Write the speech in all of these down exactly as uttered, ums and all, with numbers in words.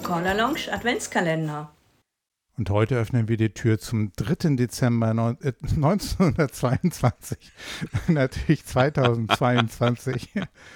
Caller Lounge Adventskalender. Und heute öffnen wir die Tür zum dritten Dezember neunzehnhundertzweiundzwanzig. Natürlich zweitausendzweiundzwanzig.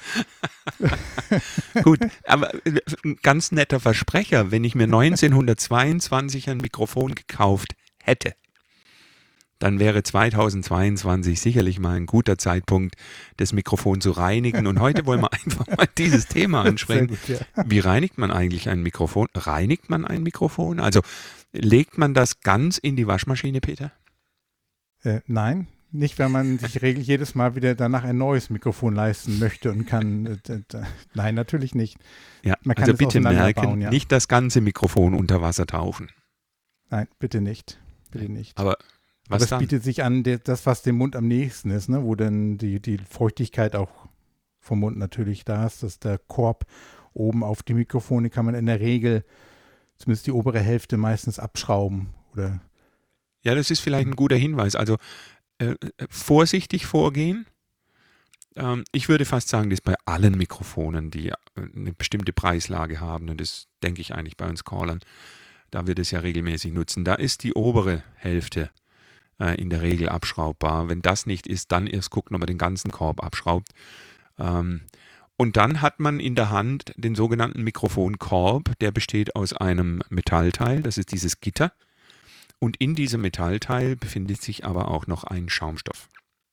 Gut, aber ein ganz netter Versprecher, wenn ich mir neunzehnhundertzweiundzwanzig ein Mikrofon gekauft hätte, dann wäre zweitausendzweiundzwanzig sicherlich mal ein guter Zeitpunkt, das Mikrofon zu reinigen. Und heute wollen wir einfach mal dieses Thema ansprechen. Gut, ja. Wie reinigt man eigentlich ein Mikrofon? Reinigt man ein Mikrofon? Also legt man das ganz in die Waschmaschine, Peter? Äh, nein, nicht, wenn man sich regel jedes Mal wieder danach ein neues Mikrofon leisten möchte und kann. Äh, d- d- nein, natürlich nicht. Ja, Man kann also es bitte merken, auseinanderbauen, ja. nicht das ganze Mikrofon unter Wasser tauchen. Nein, bitte nicht. Bitte nicht. Aber Aber was es dann? bietet sich an, der, das, was dem Mund am nächsten ist, ne? Wo dann die, die Feuchtigkeit auch vom Mund natürlich da ist, dass der Korb oben auf die Mikrofone kann man in der Regel zumindest die obere Hälfte meistens abschrauben. Oder Ja, das ist vielleicht ein guter Hinweis. Also äh, äh, vorsichtig vorgehen. Ähm, ich würde fast sagen, das bei allen Mikrofonen, die äh, eine bestimmte Preislage haben, und das denke ich eigentlich bei uns Callern, da wir das ja regelmäßig nutzen, da ist die obere Hälfte äh, in der Regel abschraubbar. Wenn das nicht ist, dann erst gucken, ob man den ganzen Korb abschraubt. Ähm, und dann hat man in der Hand den sogenannten Mikrofonkorb, der besteht aus einem Metallteil, das ist dieses Gitter. Und in diesem Metallteil befindet sich aber auch noch ein Schaumstoff.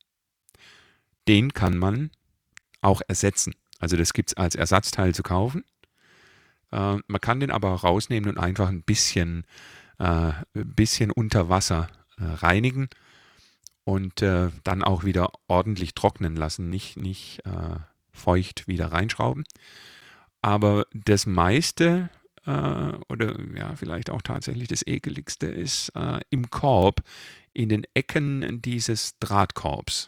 Den kann man auch ersetzen. Also das gibt es als Ersatzteil zu kaufen. Äh, man kann den aber auch rausnehmen und einfach ein bisschen, äh, ein bisschen unter Wasser äh, reinigen und äh, dann auch wieder ordentlich trocknen lassen, nicht, nicht äh, feucht wieder reinschrauben. Aber das meiste äh, oder ja, vielleicht auch tatsächlich das Ekeligste ist äh, im Korb, in den Ecken dieses Drahtkorbs.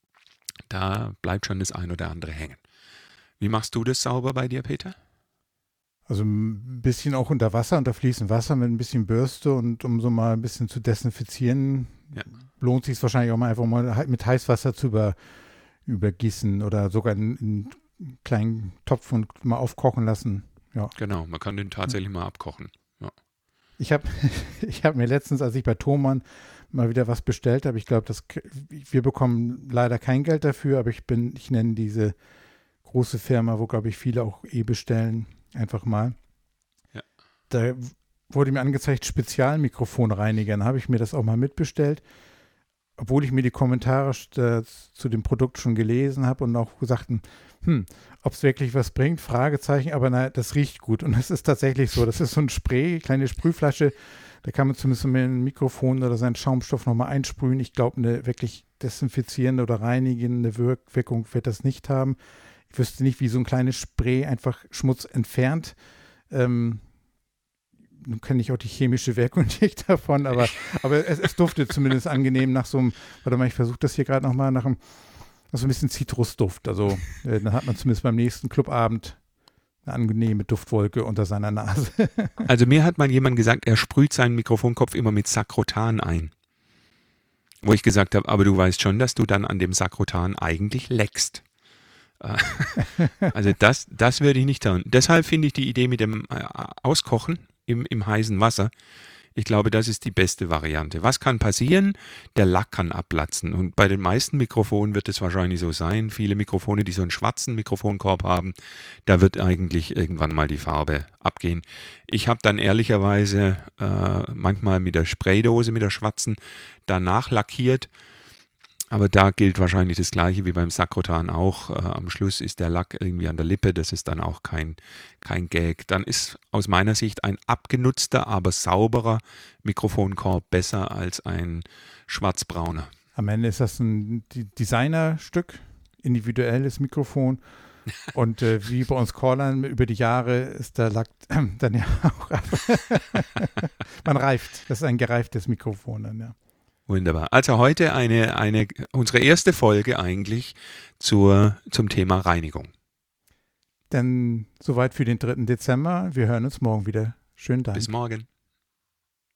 Da bleibt schon das ein oder andere hängen. Wie machst du das sauber bei dir, Peter? also ein bisschen auch unter Wasser, unter fließendem Wasser mit ein bisschen Bürste und um so mal ein bisschen zu desinfizieren, Ja. lohnt sich es wahrscheinlich auch mal einfach mal he- mit Heißwasser zu über, übergießen oder sogar in, in einen kleinen Topf und mal aufkochen lassen. Ja. Genau, man kann den tatsächlich mal abkochen. Ich habe ich hab mir letztens, als ich bei Thomann mal wieder was bestellt habe, ich glaube, das k- wir bekommen leider kein Geld dafür, aber ich bin, ich nenne diese große Firma, wo, glaube ich, viele auch eh bestellen, einfach mal. Ja. Da wurde mir angezeigt, Spezialmikrofonreiniger. Dann habe ich mir das auch mal mitbestellt, obwohl ich mir die Kommentare st- zu dem Produkt schon gelesen habe und auch gesagt, hm, ob es wirklich was bringt, Fragezeichen, aber na, das riecht gut. Und das ist tatsächlich so. Das ist so ein Spray, kleine Sprühflasche, da kann man zumindest mit einem Mikrofon oder seinen Schaumstoff nochmal einsprühen. Ich glaube, eine wirklich desinfizierende oder reinigende Wirk Wirkung wird das nicht haben. Ich wüsste nicht, wie so ein kleines Spray einfach Schmutz entfernt. Ähm, nun kenne ich auch die chemische Wirkung nicht davon, aber, aber es, es duftet zumindest angenehm nach so einem, warte mal, ich versuche das hier gerade nochmal, nach, einem, nach so ein bisschen Zitrusduft. Also äh, dann hat man zumindest beim nächsten Clubabend eine angenehme Duftwolke unter seiner Nase. Also mir hat mal jemand gesagt, er sprüht seinen Mikrofonkopf immer mit Sakrotan ein. Wo ich gesagt habe, aber du weißt schon, dass du dann an dem Sakrotan eigentlich leckst. Äh, Also das, das würde ich nicht tun. Deshalb finde ich die Idee mit dem äh, Auskochen im, im heißen Wasser, ich glaube, das ist die beste Variante. Was kann passieren? Der Lack kann abplatzen. Und bei den meisten Mikrofonen wird es wahrscheinlich so sein. Viele Mikrofone, die so einen schwarzen Mikrofonkorb haben, da wird eigentlich irgendwann mal die Farbe abgehen. Ich habe dann ehrlicherweise äh, manchmal mit der Spraydose, mit der schwarzen, danach lackiert. Aber da gilt wahrscheinlich das Gleiche wie beim Sakrotan auch. Äh, am Schluss ist der Lack irgendwie an der Lippe, das ist dann auch kein, kein Gag. Dann ist aus meiner Sicht ein abgenutzter, aber sauberer Mikrofonkorb besser als ein schwarzbrauner. Am Ende ist das ein D- Designerstück, individuelles Mikrofon. Und äh, wie bei uns Callern über die Jahre ist der Lack äh, dann ja auch ab. Man reift. Das ist ein gereiftes Mikrofon dann, ja. Wunderbar. Also heute eine, eine, unsere erste Folge eigentlich zur, zum Thema Reinigung. Dann soweit für den dritten Dezember. Wir hören uns morgen wieder. Schönen Dank. Bis morgen.